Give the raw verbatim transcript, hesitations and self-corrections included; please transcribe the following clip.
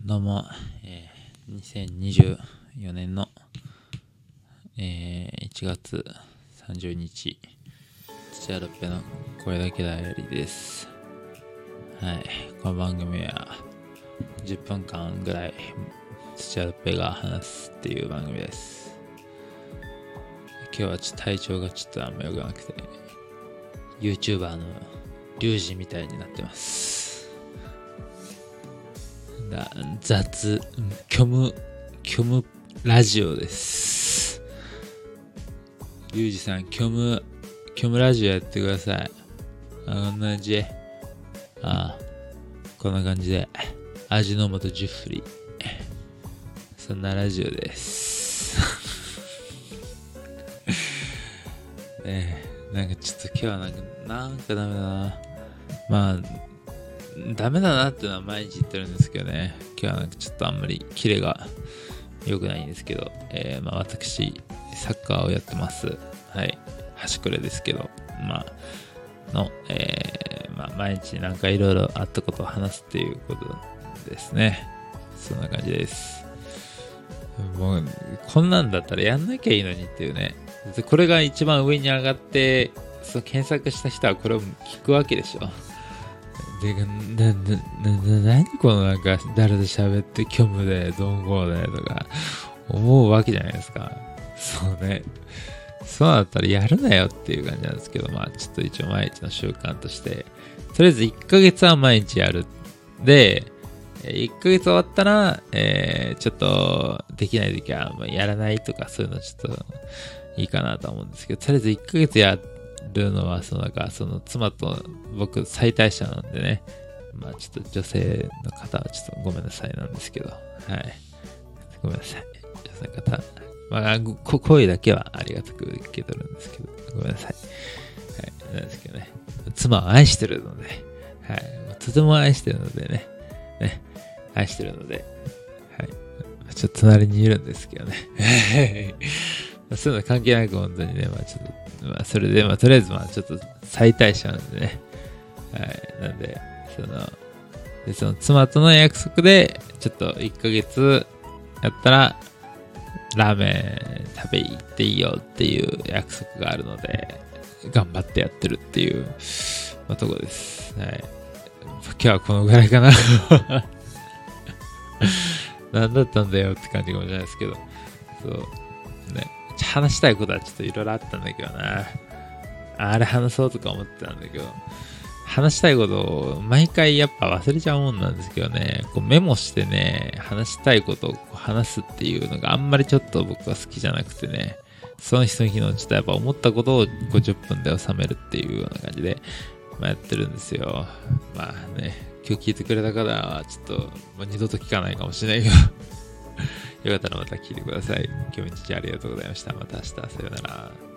どうも、えー、にせんにじゅうよねんの、えー、いちがつさんじゅうにち、土屋ロッペの声だけダイアリーです。はい、この番組はじゅっぷんかんぐらい土屋ロッペが話すっていう番組です。今日はちょっと体調がちょっとあんま良くなくて、YouTuber のリュウジみたいになってます。雑虚無虚無ラジオです。リュウジさん、虚無虚無ラジオやってください。あ、こんな感じ。ああ、こんな感じで味の素じゅっふり、そんなラジオです。ねえ、なんかちょっと今日はなんかなんかダメだな。まあダメだなってのは毎日言ってるんですけどね。今日はなんかちょっとあんまりキレが良くないんですけど、えー、まあ私サッカーをやってます。はい、端くれですけど、まあの、えー、まあ毎日なんかいろいろあったことを話すっていうことですね。そんな感じです。もうこんなんだったらやんなきゃいいのにっていうね。これが一番上に上がって、その検索した人はこれを聞くわけでしょ。で、な、な、な、な、何このなんか、誰と喋って虚無で、どんごでとか、思うわけじゃないですか。そうね。そうだったらやるなよっていう感じなんですけど、まあ、ちょっと一応毎日の習慣として、とりあえずいっかげつは毎日やる。で、いっかげつ終わったら、えー、ちょっと、できないときは、まあ、やらないとか、そういうのちょっと、いいかなと思うんですけど、とりあえずいっかげつやって、るのはそのなんかその妻と僕最大者なんでね、まあちょっと女性の方はちょっとごめんなさいなんですけど、はい、ごめんなさい、女性の方、まあこ声だけはありがたく受け取るんですけど、ごめんなさい、はい、なんですけどね、妻を愛してるので、はい、とても愛してるのでね、ね、愛してるので、はい、ちょっと隣にいるんですけどね。そういうの関係なく本当にね、まあちょっと、まあそれで、まあとりあえずまあちょっと最大者なんでね。はい。なんで、その、で、その妻との約束で、ちょっといっかげつやったら、ラーメン食べ行っていいよっていう約束があるので、頑張ってやってるっていう、まあ、とこです。はい。今日はこのぐらいかな。何だったんだよって感じかもしれないですけど、そう、ね。話したいことはちょっといろいろあったんだけどな。あれ話そうとか思ってたんだけど、話したいことを毎回やっぱ忘れちゃうもんなんですけどね、こうメモしてね、話したいことを話すっていうのがあんまりちょっと僕は好きじゃなくてね、その日その日のちょっとやっぱ思ったことをごじゅっぷんで収めるっていうような感じで、まあ、やってるんですよ。まあね、今日聞いてくれた方はちょっともう二度と聞かないかもしれないけど、よかったらまた聞いてください。今日も一日ありがとうございました。また明日、さようなら。